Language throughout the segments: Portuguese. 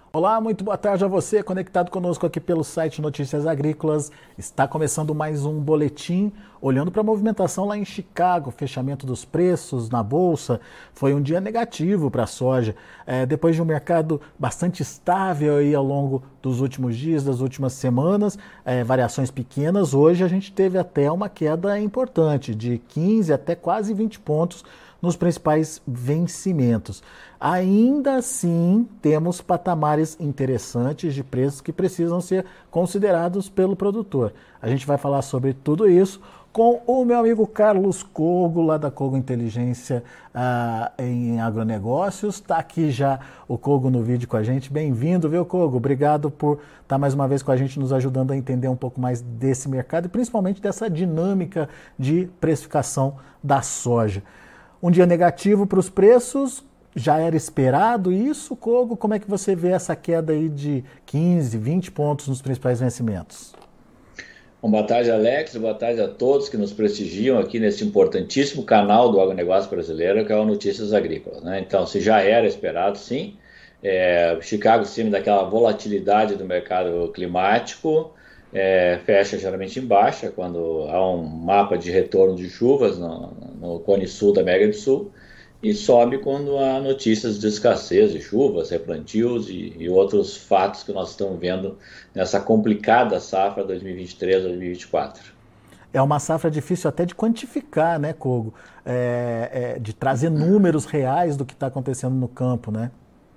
Olá, muito boa tarde a você, conectado conosco aqui pelo site Notícias Agrícolas. Está começando mais um boletim, olhando para a movimentação lá em Chicago, fechamento dos preços na Bolsa. Foi um dia negativo para a soja. Depois de um mercado bastante estável aí ao longo dos últimos dias, das últimas semanas, variações pequenas, hoje a gente teve até uma queda importante, de 15 até quase 20 pontos nos principais vencimentos. Ainda assim, temos patamares interessantes de preços que precisam ser considerados pelo produtor. A gente vai falar sobre tudo isso com o meu amigo Carlos Cogo, lá da Cogo Inteligência em Agronegócios. Está aqui já o Cogo no vídeo com a gente. Bem-vindo, viu, Cogo? Obrigado por estar mais uma vez com a gente, nos ajudando a entender um pouco mais desse mercado e principalmente dessa dinâmica de precificação da soja. Um dia negativo para os preços, já era esperado isso, Cogo? Como é que você vê essa queda aí de 15, 20 pontos nos principais vencimentos? Bom, boa tarde, Alex. Boa tarde a todos que nos prestigiam aqui nesse importantíssimo canal do agronegócio brasileiro, que é o Notícias Agrícolas, né? Então, se já era esperado, sim. Chicago, sim, daquela volatilidade do mercado climático, fecha geralmente em baixa, quando há um mapa de retorno de chuvas no Cone Sul da América do Sul, e sobe quando há notícias de escassez de chuvas, replantios e outros fatos que nós estamos vendo nessa complicada safra 2023-2024. É uma safra difícil até de quantificar, né, Cogo? De trazer números reais do que está acontecendo no campo, né?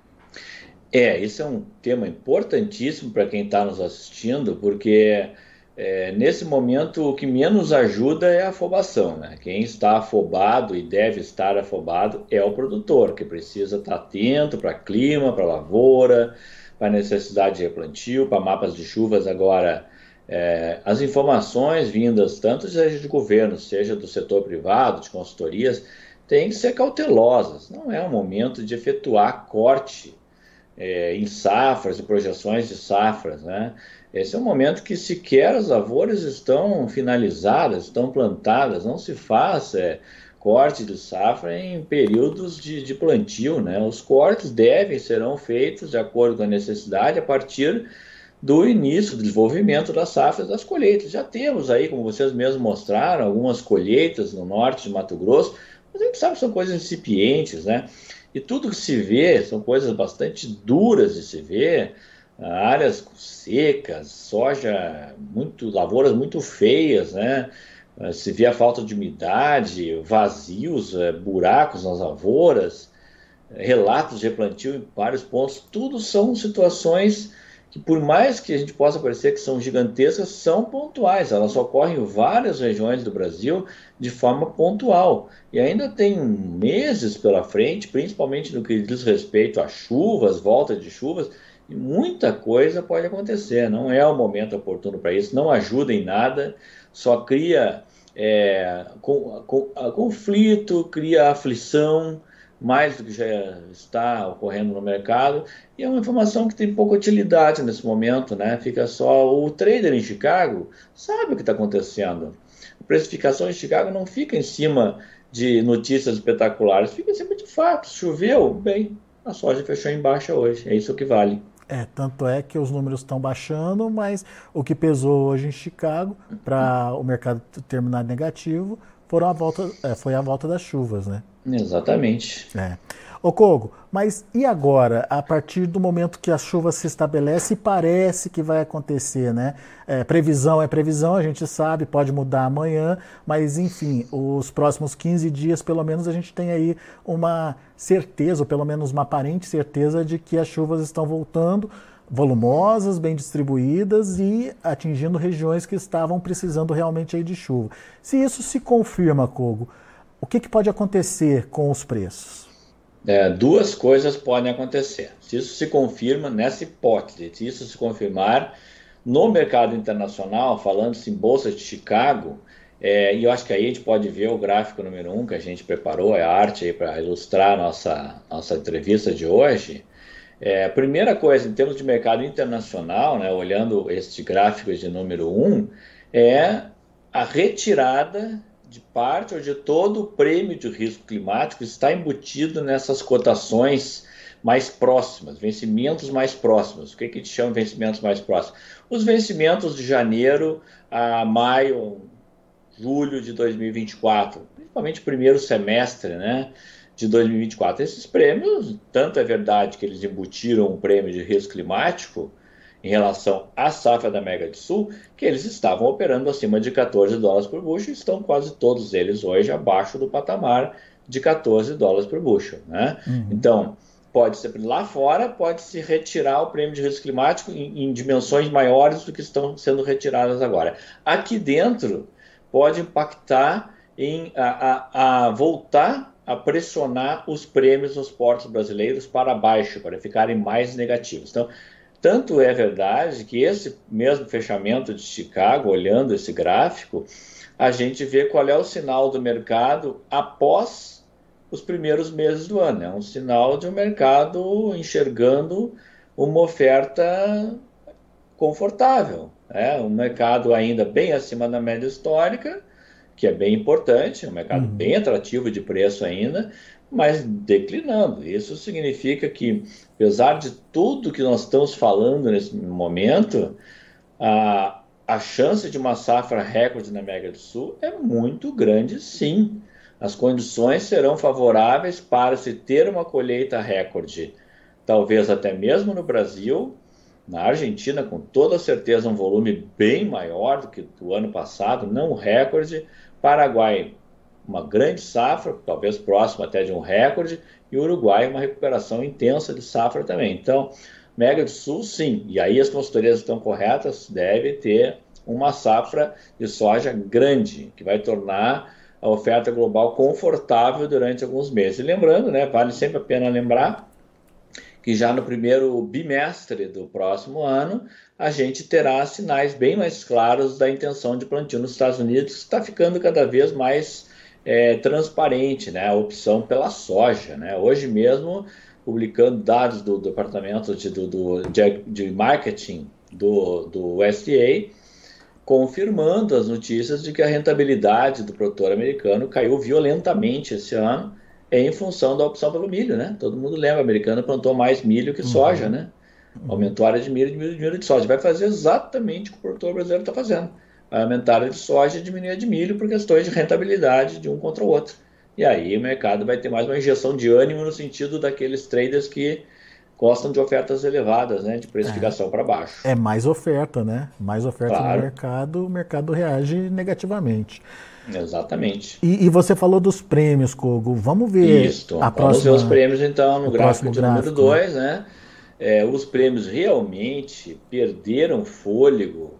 Esse é um tema importantíssimo para quem está nos assistindo, porque nesse momento o que menos ajuda é a afobação, né? Quem está afobado e deve estar afobado é o produtor, que precisa estar atento para clima, para lavoura, para necessidade de replantio, para mapas de chuvas. Agora, as informações vindas tanto seja de governo, seja do setor privado, de consultorias, têm que ser cautelosas. Não é o momento de efetuar corte em safras e projeções de safras, né? Esse é um momento que sequer as lavouras estão finalizadas, estão plantadas, não se faz corte de safra em períodos de plantio, né? Os cortes serão feitos de acordo com a necessidade a partir do início do desenvolvimento das safras, das colheitas. Já temos aí, como vocês mesmos mostraram, algumas colheitas no norte de Mato Grosso, mas a gente sabe que são coisas incipientes, né? E tudo que se vê são coisas bastante duras de se ver, áreas secas, soja, lavouras muito feias, né? Se vê a falta de umidade, vazios, buracos nas lavouras, relatos de replantio em vários pontos, tudo são situações que, por mais que a gente possa parecer que são gigantescas, são pontuais. Elas ocorrem em várias regiões do Brasil de forma pontual. E ainda tem meses pela frente, principalmente no que diz respeito a chuvas, volta de chuvas, e muita coisa pode acontecer. Não é o momento oportuno para isso, não ajuda em nada, só cria conflito, cria aflição, mais do que já está ocorrendo no mercado, e é uma informação que tem pouca utilidade nesse momento, né? Fica só o trader em Chicago sabe o que está acontecendo. A precificação em Chicago não fica em cima de notícias espetaculares, fica em cima de fatos. Choveu, bem, a soja fechou em baixa hoje, é isso que vale. Tanto é que os números estão baixando, mas o que pesou hoje em Chicago para o mercado terminar negativo foi a volta das chuvas, né? Exatamente. Ô Kogo, mas e agora, a partir do momento que a chuva se estabelece e parece que vai acontecer, né? Previsão é previsão, a gente sabe, pode mudar amanhã, mas enfim, os próximos 15 dias, pelo menos, a gente tem aí uma certeza, ou pelo menos uma aparente certeza de que as chuvas estão voltando, volumosas, bem distribuídas e atingindo regiões que estavam precisando realmente aí de chuva. Se isso se confirma, Kogo, o que pode acontecer com os preços? Duas coisas podem acontecer. Se isso se confirma, nessa hipótese, se isso se confirmar no mercado internacional, falando-se em Bolsa de Chicago, e eu acho que aí a gente pode ver o gráfico número 1 que a gente preparou, é a arte aí para ilustrar a nossa entrevista de hoje. A primeira coisa, em termos de mercado internacional, né, olhando este gráfico de número 1, é a retirada de parte ou de todo o prêmio de risco climático está embutido nessas cotações mais próximas, vencimentos mais próximos. O que a gente chama de vencimentos mais próximos? Os vencimentos de janeiro a maio, julho de 2024, principalmente o primeiro semestre, né, de 2024. Esses prêmios, tanto é verdade que eles embutiram um prêmio de risco climático em relação à safra da América do Sul, que eles estavam operando acima de $14 por bushel, e estão quase todos eles hoje abaixo do patamar de $14 por bushel, né? Então, pode ser lá fora, pode-se retirar o prêmio de risco climático em dimensões maiores do que estão sendo retiradas agora. Aqui dentro, pode impactar a voltar a pressionar os prêmios nos portos brasileiros para baixo, para ficarem mais negativos. Então, tanto é verdade que esse mesmo fechamento de Chicago, olhando esse gráfico, a gente vê qual é o sinal do mercado após os primeiros meses do ano. É um sinal de um mercado enxergando uma oferta confortável. Um mercado ainda bem acima da média histórica, que é bem importante, um mercado bem atrativo de preço ainda, mas declinando. Isso significa que, apesar de tudo que nós estamos falando nesse momento, a chance de uma safra recorde na América do Sul é muito grande, sim. As condições serão favoráveis para se ter uma colheita recorde, talvez até mesmo no Brasil. Na Argentina, com toda certeza, um volume bem maior do que do ano passado, não um recorde. Paraguai, uma grande safra, talvez próximo até de um recorde, e o Uruguai, uma recuperação intensa de safra também. Então, América do Sul, sim, e aí as consultorias estão corretas, deve ter uma safra de soja grande, que vai tornar a oferta global confortável durante alguns meses. E lembrando, né, vale sempre a pena lembrar, que já no primeiro bimestre do próximo ano, a gente terá sinais bem mais claros da intenção de plantio nos Estados Unidos, que está ficando cada vez mais transparente, né, a opção pela soja, né? Hoje mesmo, publicando dados do Departamento de Marketing do USDA, confirmando as notícias de que a rentabilidade do produtor americano caiu violentamente esse ano, em função da opção pelo milho, né? Todo mundo lembra, o americano plantou mais milho que soja, né? Aumentou a área de milho, diminuiu a área de soja. Vai fazer exatamente o que o produtor brasileiro está fazendo. Vai aumentar a área de soja e diminuir a de milho por questões de rentabilidade de um contra o outro. E aí o mercado vai ter mais uma injeção de ânimo no sentido daqueles traders que gostam de ofertas elevadas, né? De precificação para baixo. É mais oferta, né? Mais oferta Claro. no mercado, o mercado reage negativamente. Exatamente. E você falou dos prêmios, Kogo. Vamos ver Vamos ver os prêmios, então, no gráfico de número 2, né? Os prêmios realmente perderam fôlego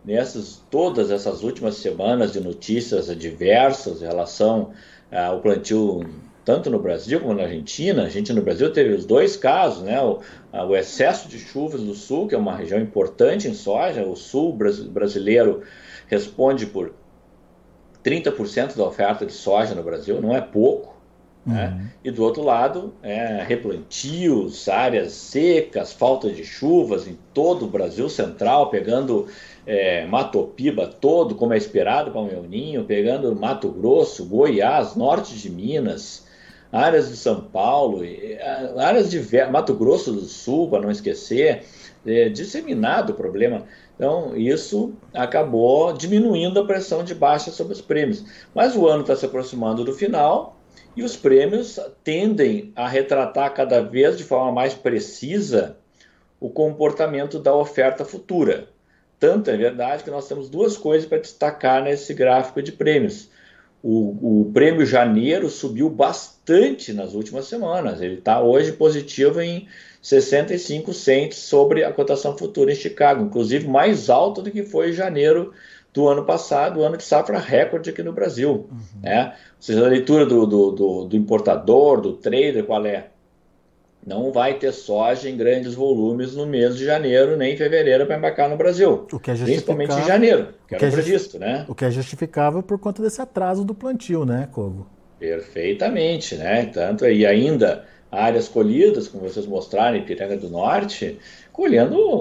todas essas últimas semanas de notícias adversas em relação ao plantio, tanto no Brasil como na Argentina. A gente no Brasil teve os dois casos, né? O excesso de chuvas do sul, que é uma região importante em soja. O sul brasileiro responde por 30% da oferta de soja no Brasil, não é pouco, né? E do outro lado, replantios, áreas secas, falta de chuvas em todo o Brasil central, pegando Mato Piba todo, como é esperado para o El Niño, pegando Mato Grosso, Goiás, norte de Minas, áreas de São Paulo, áreas de Mato Grosso do Sul, para não esquecer, disseminado o problema. Então, isso acabou diminuindo a pressão de baixa sobre os prêmios. Mas o ano está se aproximando do final e os prêmios tendem a retratar cada vez de forma mais precisa o comportamento da oferta futura. Tanto é verdade que nós temos duas coisas para destacar nesse gráfico de prêmios. O prêmio janeiro subiu bastante nas últimas semanas. Ele está hoje positivo em 65 cents sobre a cotação futura em Chicago, inclusive mais alto do que foi em janeiro do ano passado, o ano de safra recorde aqui no Brasil. Ou seja, a leitura do importador, do trader, qual é? Não vai ter soja em grandes volumes no mês de janeiro, nem em fevereiro para embarcar no Brasil. O que é principalmente em janeiro, que era previsto, né? O que é justificável por conta desse atraso do plantio, né, Kogo? Perfeitamente, né? Tanto e ainda áreas colhidas, como vocês mostraram, em Ipiranga do Norte, colhendo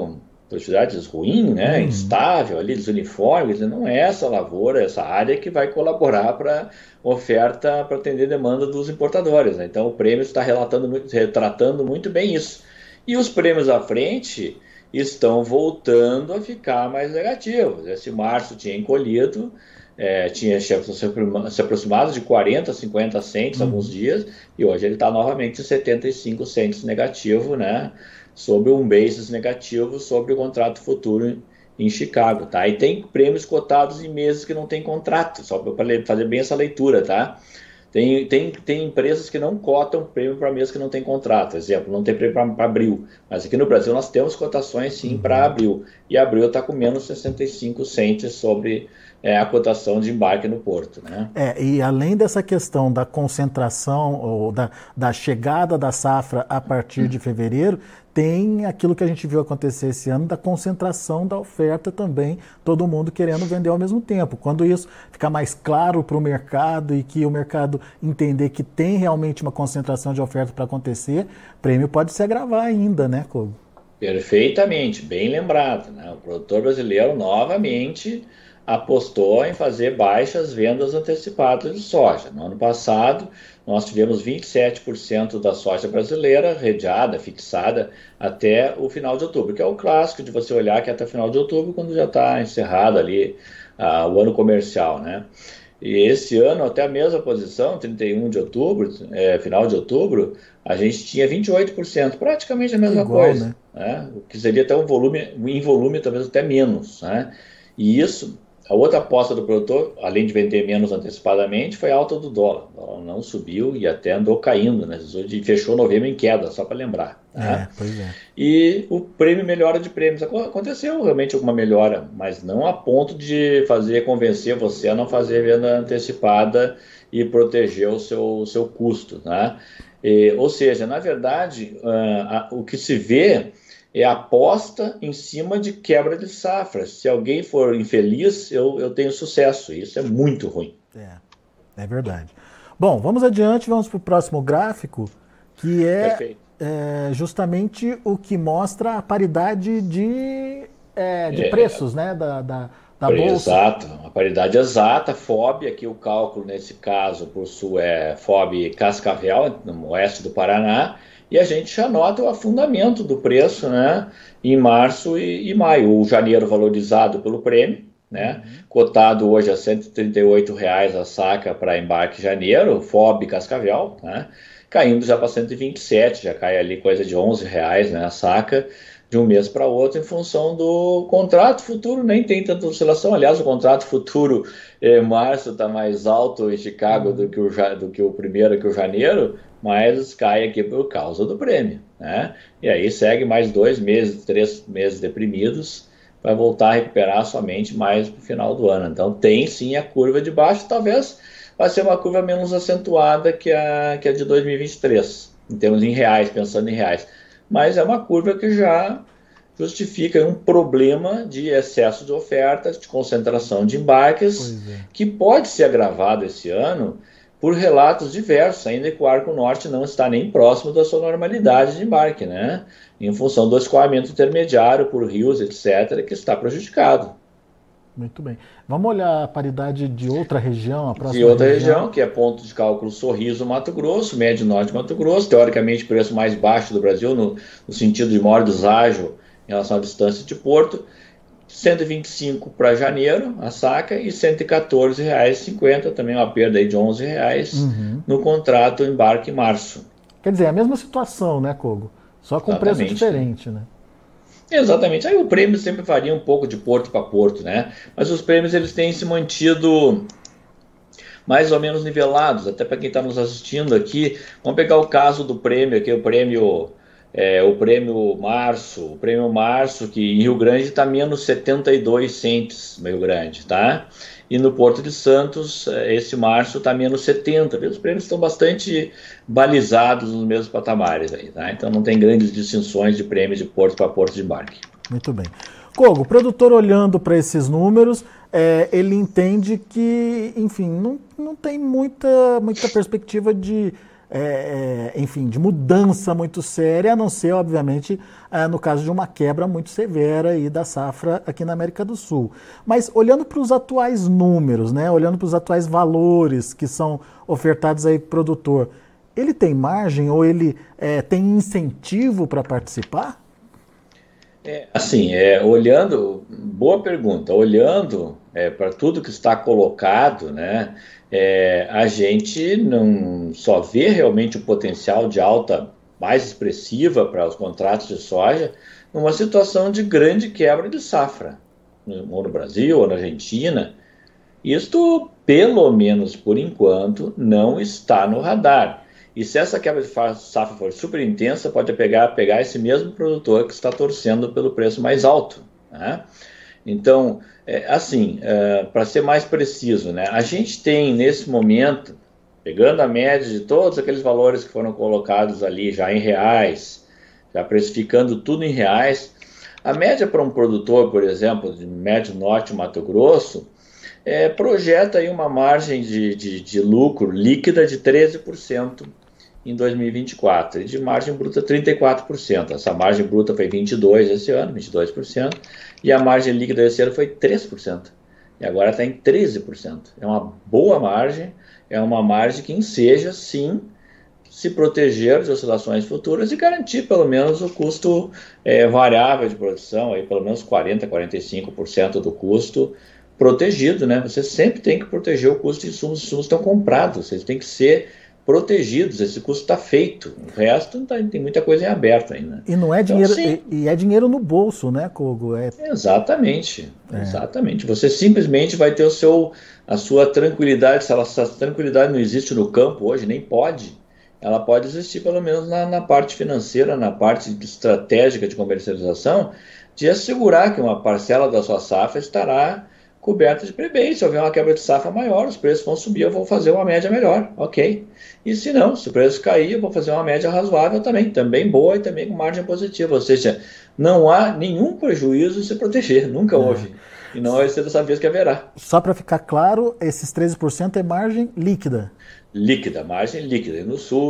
produtividade ruim, né, instável, ali, desuniforme, não é essa lavoura, essa área que vai colaborar para oferta para atender a demanda dos importadores, né? Então o prêmio está retratando muito bem isso. E os prêmios à frente estão voltando a ficar mais negativos. Esse março tinha encolhido, tinha se aproximado de 40, 50 cents alguns dias, e hoje ele está novamente 75 cents negativo, né? Sobre um basis negativo sobre o contrato futuro em Chicago, tá? E tem prêmios cotados em meses que não tem contrato, só para fazer bem essa leitura, tá? Tem empresas que não cotam prêmio para mês que não tem contrato, exemplo, não tem prêmio para abril, mas aqui no Brasil nós temos cotações sim para abril, e abril está com menos 65 cents sobre a cotação de embarque no porto, né? E além dessa questão da concentração ou da chegada da safra a partir de fevereiro, tem aquilo que a gente viu acontecer esse ano, da concentração da oferta também, todo mundo querendo vender ao mesmo tempo. Quando isso ficar mais claro para o mercado e que o mercado entender que tem realmente uma concentração de oferta para acontecer, o prêmio pode se agravar ainda, né, Kogo? Perfeitamente, bem lembrado, né? O produtor brasileiro novamente apostou em fazer baixas vendas antecipadas de soja. No ano passado, nós tivemos 27% da soja brasileira redeada, fixada, até o final de outubro, que é o clássico de você olhar que é até o final de outubro, quando já está encerrado ali o ano comercial, né? E esse ano, até a mesma posição, 31 de outubro, final de outubro, a gente tinha 28%, praticamente a mesma coisa, né? O que seria até em volume talvez até menos, né? E isso, a outra aposta do produtor, além de vender menos antecipadamente, foi a alta do dólar. O dólar não subiu e até andou caindo, né? E fechou novembro em queda, só para lembrar. Né? Pois é. E o prêmio melhora de prêmios. Aconteceu realmente alguma melhora, mas não a ponto de convencer você a não fazer venda antecipada e proteger o seu custo. Né? Ou seja, na verdade, o que se vê é aposta em cima de quebra de safra. Se alguém for infeliz, eu tenho sucesso. Isso é muito ruim. É verdade. Bom, vamos adiante, vamos para o próximo gráfico, que justamente o que mostra a paridade de preços, né, da bolsa. Exato, a paridade exata, FOB, aqui o cálculo nesse caso por sul é FOB Cascavel, no oeste do Paraná, e a gente já nota o afundamento do preço, né, em março e maio. O janeiro valorizado pelo prêmio, né, cotado hoje a R$ 138,00 a saca para embarque janeiro, FOB Cascavel, né, caindo já para 127, já cai ali coisa de R$ 11,00, né, a saca, de um mês para outro, em função do contrato futuro, nem tem tanta oscilação. Aliás, o contrato futuro março está mais alto em Chicago do que o primeiro, que o janeiro, mas cai aqui por causa do prêmio, né? E aí segue mais 2 meses, 3 meses deprimidos, vai voltar a recuperar somente mais no final do ano. Então tem sim a curva de baixo, talvez vai ser uma curva menos acentuada que a de 2023, em termos em reais, pensando em reais. Mas é uma curva que já justifica um problema de excesso de ofertas, de concentração de embarques, que pode ser agravado esse ano por relatos diversos, ainda que o Arco Norte não está nem próximo da sua normalidade de embarque, né? Em função do escoamento intermediário por rios, etc., que está prejudicado. Muito bem. Vamos olhar a paridade de outra região, a próxima de outra região, que é ponto de cálculo Sorriso, Mato Grosso, médio norte Mato Grosso, teoricamente o preço mais baixo do Brasil, no sentido de maior deságio em relação à distância de porto, 125 para janeiro, a saca, e R$ 114,50, também uma perda aí de R$ 11,00 no contrato embarque em março. Quer dizer, é a mesma situação, né, Kogo? Só com preço diferente, né? Exatamente. Aí o prêmio sempre varia um pouco de porto para porto, né? Mas os prêmios eles têm se mantido mais ou menos nivelados, até para quem está nos assistindo aqui. Vamos pegar o caso do prêmio aqui, o prêmio Março, que em Rio Grande está menos 72 cents no Rio Grande, tá? E no Porto de Santos, esse março está menos 70. Os prêmios estão bastante balizados nos mesmos patamares aí, tá? Então não tem grandes distinções de prêmios de porto para porto de embarque. Muito bem. Kogo, o produtor olhando para esses números, ele entende que, enfim, não tem muita perspectiva de enfim, de mudança muito séria, a não ser, obviamente, no caso de uma quebra muito severa aí da safra aqui na América do Sul. Mas olhando para os atuais números, né, olhando para os atuais valores que são ofertados aí para o produtor, ele tem margem ou ele tem incentivo para participar? Assim, olhando, boa pergunta, olhando para tudo que está colocado, né, a gente não só vê realmente o potencial de alta mais expressiva para os contratos de soja numa situação de grande quebra de safra, ou no Brasil, ou na Argentina. Isto, pelo menos por enquanto, não está no radar. E se essa quebra de safra for super intensa, pode pegar esse mesmo produtor que está torcendo pelo preço mais alto, né? Então, assim, para ser mais preciso, né, a gente tem nesse momento, pegando a média de todos aqueles valores que foram colocados ali já em reais, já precificando tudo em reais, a média para um produtor, por exemplo, de Médio Norte, Mato Grosso, projeta aí uma margem de lucro líquida de 13% em 2024, e de margem bruta 34%. Essa margem bruta foi 22% esse ano, 22%, e a margem líquida esse ano foi 3%, e agora está em 13%. É uma boa margem, é uma margem que enseja, sim, se proteger de oscilações futuras e garantir pelo menos o custo variável de produção, aí, pelo menos 40%, 45% do custo protegido, né? Você sempre tem que proteger o custo de insumos. Os insumos estão comprados, vocês têm que ser protegidos, esse custo está feito. O resto tem muita coisa em aberto ainda. E não é dinheiro, então, e é dinheiro no bolso, né, Kogo? Exatamente, exatamente. Você simplesmente vai ter a sua tranquilidade. Se essa tranquilidade não existe no campo hoje, nem pode. Ela pode existir pelo menos na parte financeira, na parte estratégica de comercialização, de assegurar que uma parcela da sua safra estará coberta de prebem. Se houver uma quebra de safra maior, os preços vão subir, eu vou fazer uma média melhor, ok. E se não, se o preço cair, eu vou fazer uma média razoável também boa e também com margem positiva. Ou seja, não há nenhum prejuízo em se proteger, nunca houve. E não vai ser dessa vez que haverá. Só para ficar claro, esses 13% é margem líquida. Líquida, margem líquida. E no Sul,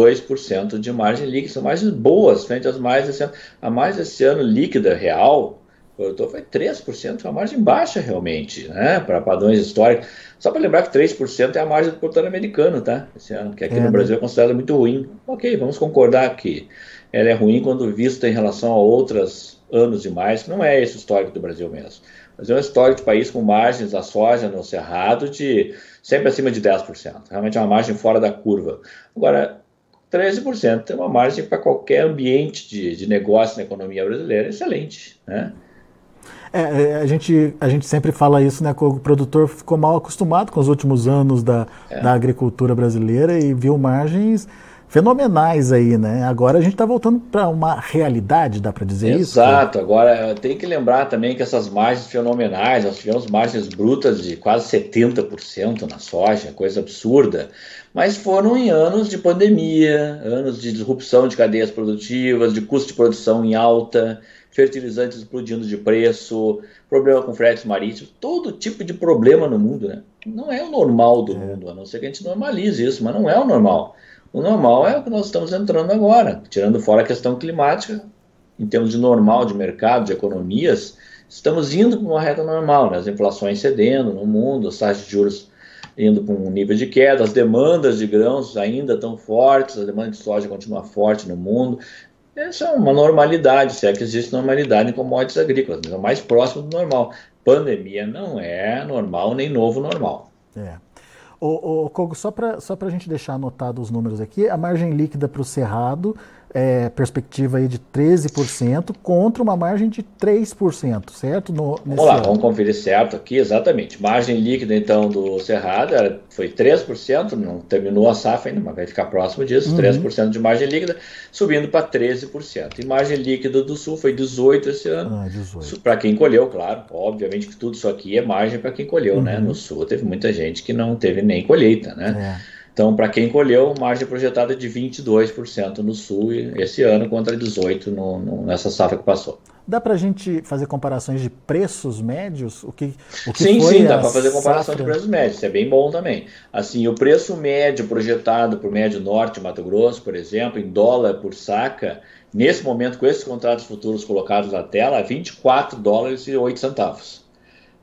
22% de margem líquida. São margens boas frente às mais desse ano. A mais desse ano líquida, real, foi 3%, uma margem baixa realmente, né, para padrões históricos. Só para lembrar que 3% é a margem do produtor americano, tá? Esse ano, que aqui no Brasil é considerada muito ruim. Ok, vamos concordar que ela é ruim quando vista em relação a outros anos demais, que não é esse o histórico do Brasil mesmo. Mas é um histórico de país com margens da soja no cerrado de sempre acima de 10%. Realmente é uma margem fora da curva. Agora, 13% é uma margem para qualquer ambiente de negócio na economia brasileira excelente, né? A gente sempre fala isso, né? Que o produtor ficou mal acostumado com os últimos anos da agricultura brasileira e viu margens fenomenais aí, né? Agora a gente está voltando para uma realidade, dá para dizer isso? Exato. Agora tem que lembrar também que essas margens fenomenais, nós tivemos margens brutas de quase 70% na soja, coisa absurda, mas foram em anos de pandemia, anos de disrupção de cadeias produtivas, de custo de produção em alta, fertilizantes explodindo de preço, problema com fretes marítimos, todo tipo de problema no mundo, né? Não é o normal do mundo, a não ser que a gente normalize isso, mas não é o normal. O normal é o que nós estamos entrando agora, tirando fora a questão climática, em termos de normal, de mercado, de economias, estamos indo para uma reta normal, né? As inflações cedendo no mundo, as taxas de juros indo para um nível de queda, as demandas de grãos ainda estão fortes, a demanda de soja continua forte no mundo. Essa é uma normalidade, se é que existe normalidade em commodities agrícolas, mas é o mais próximo do normal. Pandemia não é normal nem novo normal. Kogo, só para a gente deixar anotado os números aqui, a margem líquida para o Cerrado, perspectiva aí de 13% contra uma margem de 3%, certo? Vamos lá, vamos conferir certo aqui, exatamente. Margem líquida, então, do Cerrado foi 3%, não terminou a safra ainda, mas vai ficar próximo disso, 3% de margem líquida, subindo para 13%. E margem líquida do Sul foi 18% esse ano, 18%. Para quem colheu, claro, obviamente que tudo isso aqui é margem para quem colheu, né? No Sul teve muita gente que não teve nem colheita, né? Então, para quem colheu, margem projetada de 22% no sul esse ano contra 18% nessa safra que passou. Dá para a gente fazer comparações de preços médios? O que Sim, foi sim, dá a para fazer comparação de safra? preços médios, isso é bem bom também. Assim, o preço médio projetado para o médio norte, Mato Grosso, por exemplo, em dólar por saca, nesse momento, com esses contratos futuros colocados na tela, é US$ 24,08.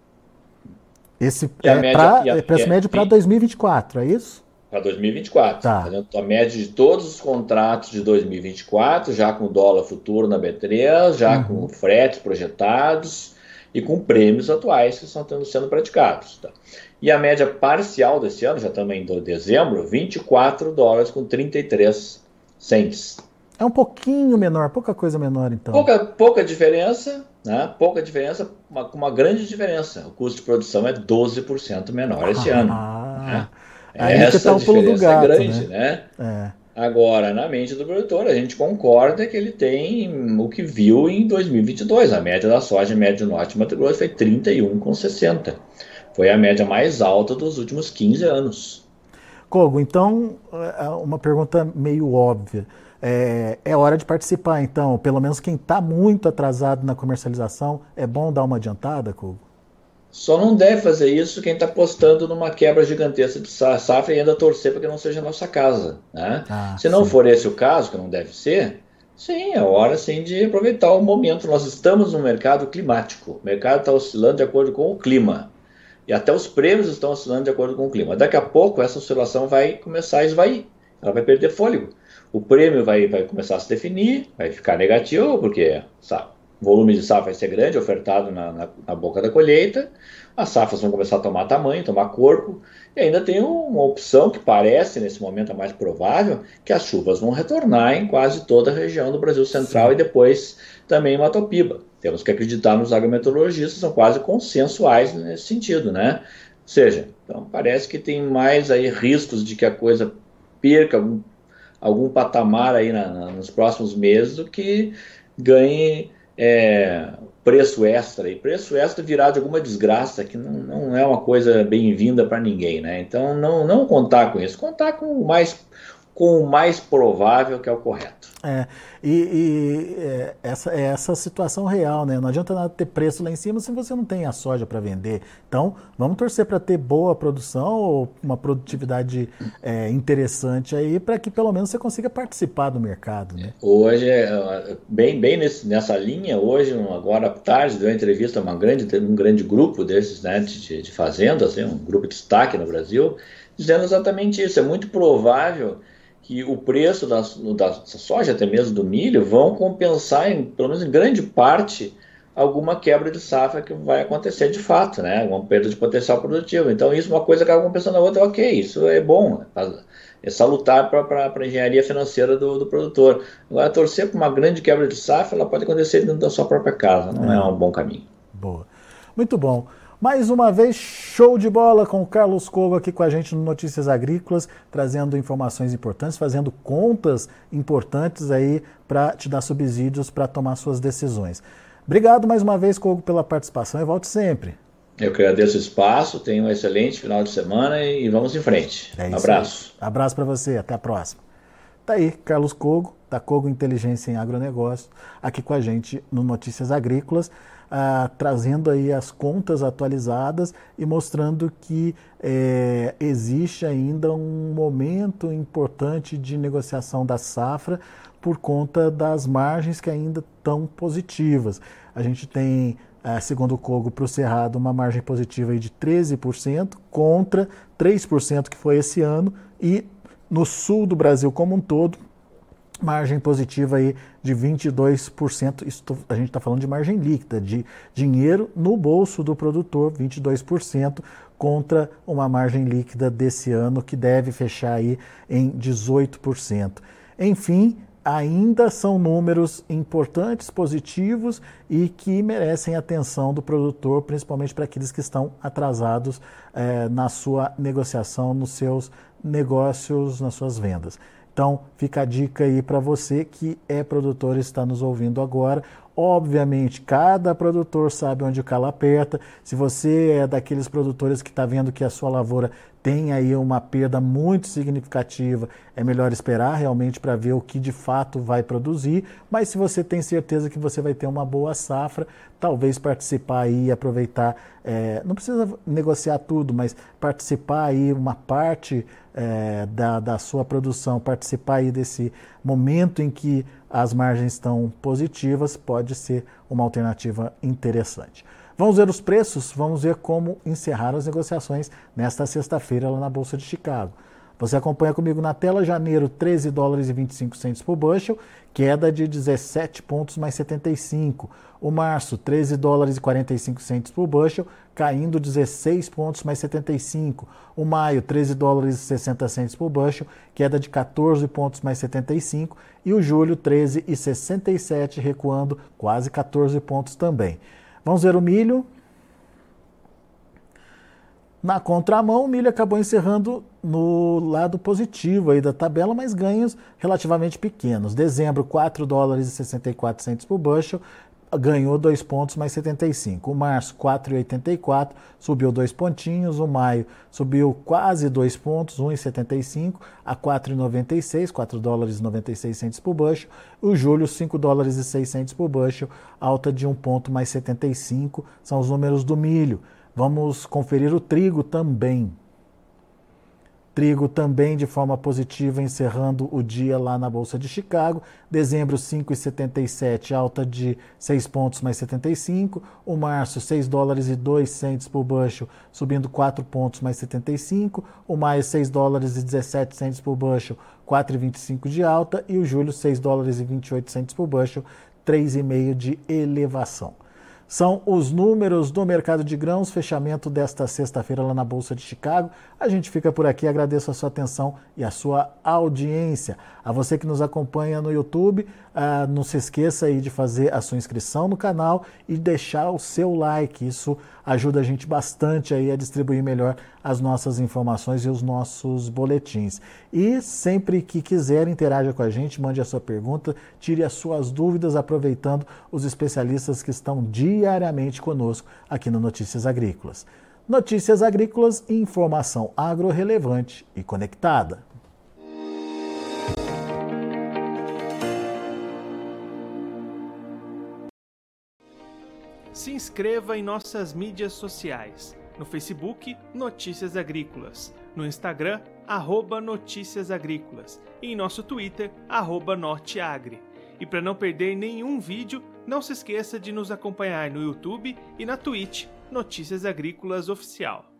Esse E a média, é preço médio para 2024, é isso? para 2024, Tá. fazendo a média de todos os contratos de 2024, já com dólar futuro na B3, já com Uhum. fretes projetados e com prêmios atuais que estão sendo praticados. Tá? E a média parcial desse ano, já estamos em dezembro, US$ 24 com 33 cents. É um pouquinho menor, pouca coisa menor então. Pouca diferença, né? Pouca diferença, com uma grande diferença. O custo de produção é 12% menor esse ano. Ah, Né? aí que tá Essa o pulo do diferença é gato, grande, né? né? É. Agora, na mente do produtor, a gente concorda que ele tem o que viu em 2022. A média da soja médio norte de Mato Grosso foi 31,60. Foi a média mais alta dos últimos 15 anos. Kogo, então, uma pergunta meio óbvia. É hora de participar, então. Pelo menos quem está muito atrasado na comercialização, é bom dar uma adiantada, Kogo? Só não deve fazer isso quem está apostando numa quebra gigantesca de safra e ainda torcer para que não seja a nossa casa. Né? Ah, Se não sim. for esse o caso, que não deve ser, sim, é hora sim de aproveitar o momento. Nós estamos num mercado climático. O mercado está oscilando de acordo com o clima. E até os prêmios estão oscilando de acordo com o clima. Daqui a pouco essa oscilação vai começar a esvair. Ela vai perder fôlego. O prêmio vai começar a se definir, vai ficar negativo, porque sabe, o volume de safra vai ser grande, ofertado na boca da colheita. As safras vão começar a tomar tamanho, tomar corpo. E ainda tem uma opção que parece, nesse momento, a mais provável, que as chuvas vão retornar em quase toda a região do Brasil Central Sim. e depois também em Mato Piba. Temos que acreditar nos agrometeorologistas, são quase consensuais nesse sentido, né? Ou seja, então parece que tem mais aí riscos de que a coisa perca algum patamar aí nos próximos meses do que ganhe preço extra. E preço extra virar de alguma desgraça, que não é uma coisa bem-vinda para ninguém, né? Então não contar com isso, contar com o mais provável que é o correto. Essa situação real, né? Não adianta nada ter preço lá em cima se você não tem a soja para vender. Então, vamos torcer para ter boa produção ou uma produtividade interessante aí, para que pelo menos você consiga participar do mercado, né? Hoje, bem nessa linha, hoje, agora à tarde, deu uma entrevista a um grande grupo desses, né, de fazendas, assim, um grupo de destaque no Brasil, dizendo exatamente isso. É muito provável que o preço da soja, até mesmo do milho, vão compensar, pelo menos em grande parte, alguma quebra de safra que vai acontecer de fato, né? Uma perda de potencial produtivo. Então, isso é uma coisa que acaba compensando a outra, ok, isso é bom, é salutar para a engenharia financeira do produtor. Agora, torcer para uma grande quebra de safra, ela pode acontecer dentro da sua própria casa, não é um bom caminho. Boa. Muito bom. Mais uma vez, show de bola com o Carlos Kogo aqui com a gente no Notícias Agrícolas, trazendo informações importantes, fazendo contas importantes aí para te dar subsídios para tomar suas decisões. Obrigado mais uma vez, Kogo, pela participação e volte sempre. Eu que agradeço o espaço, tenha um excelente final de semana e vamos em frente. Um abraço. Aí. Abraço para você, até a próxima. Tá aí, Carlos Kogo, da Kogo Inteligência em Agronegócio, aqui com a gente no Notícias Agrícolas, trazendo aí as contas atualizadas e mostrando que existe ainda um momento importante de negociação da safra por conta das margens que ainda estão positivas. A gente tem, segundo o Kogo, para o Cerrado, uma margem positiva aí de 13% contra 3% que foi esse ano, e no sul do Brasil como um todo, margem positiva aí de 22%. Isso a gente está falando de margem líquida, de dinheiro no bolso do produtor, 22%, contra uma margem líquida desse ano que deve fechar aí em 18%. Enfim, ainda são números importantes, positivos e que merecem atenção do produtor, principalmente para aqueles que estão atrasados na sua negociação, nos seus negócios, nas suas vendas. Então, fica a dica aí para você que é produtor e está nos ouvindo agora. Obviamente, cada produtor sabe onde o calo aperta. Se você é daqueles produtores que está vendo que a sua lavoura tem aí uma perda muito significativa, é melhor esperar realmente para ver o que de fato vai produzir. Mas se você tem certeza que você vai ter uma boa safra, talvez participar aí e aproveitar, não precisa negociar tudo, mas participar aí uma parte da sua produção, participar aí desse momento em que as margens estão positivas, pode ser uma alternativa interessante. Vamos ver os preços, vamos ver como encerraram as negociações nesta sexta-feira lá na Bolsa de Chicago. Você acompanha comigo na tela, janeiro, 13 dólares e 25 centos por bushel, queda de 17 pontos mais 75. O março, 13 dólares e 45 centos por bushel, caindo 16 pontos mais 75. O maio, 13 dólares e 60 centos por bushel, queda de 14 pontos mais 75. E o julho, 13 e 67, recuando quase 14 pontos também. Vamos ver o milho. Na contramão, o milho acabou encerrando no lado positivo aí da tabela, mas ganhos relativamente pequenos. Dezembro, 4 dólares e 64 centos por bushel, ganhou 2 pontos mais 75. O março, 4,84, subiu 2 pontinhos. O maio subiu quase 2 pontos, 1,75 a 4,96, 4 dólares e 96 centos por bushel. O julho, 5 dólares e 6 centos por bushel, alta de 1 ponto mais 75, são os números do milho. Vamos conferir o trigo também. Trigo também de forma positiva, encerrando o dia lá na Bolsa de Chicago. Dezembro, 5,77, alta de 6 pontos mais 75. O março, 6 dólares e 2 centos por bushel, subindo 4 pontos mais 75. O maio, 6 dólares e 17 centos por bushel, 4,25 de alta. E o julho, 6 dólares e 28 centos por bushel, 3,5 de elevação. São os números do mercado de grãos, fechamento desta sexta-feira lá na Bolsa de Chicago. A gente fica por aqui, agradeço a sua atenção e a sua audiência. A você que nos acompanha no YouTube, não se esqueça aí de fazer a sua inscrição no canal e deixar o seu like. Isso ajuda a gente bastante aí a distribuir melhor as nossas informações e os nossos boletins. E sempre que quiser, interaja com a gente, mande a sua pergunta, tire as suas dúvidas, aproveitando os especialistas que estão diariamente conosco aqui no Notícias Agrícolas. Notícias Agrícolas, informação agro-relevante e conectada. Se inscreva em nossas mídias sociais. No Facebook, Notícias Agrícolas. No Instagram, @Notícias Agrícolas. E em nosso Twitter, @Norteagri. E para não perder nenhum vídeo, não se esqueça de nos acompanhar no YouTube e na Twitch, Notícias Agrícolas Oficial.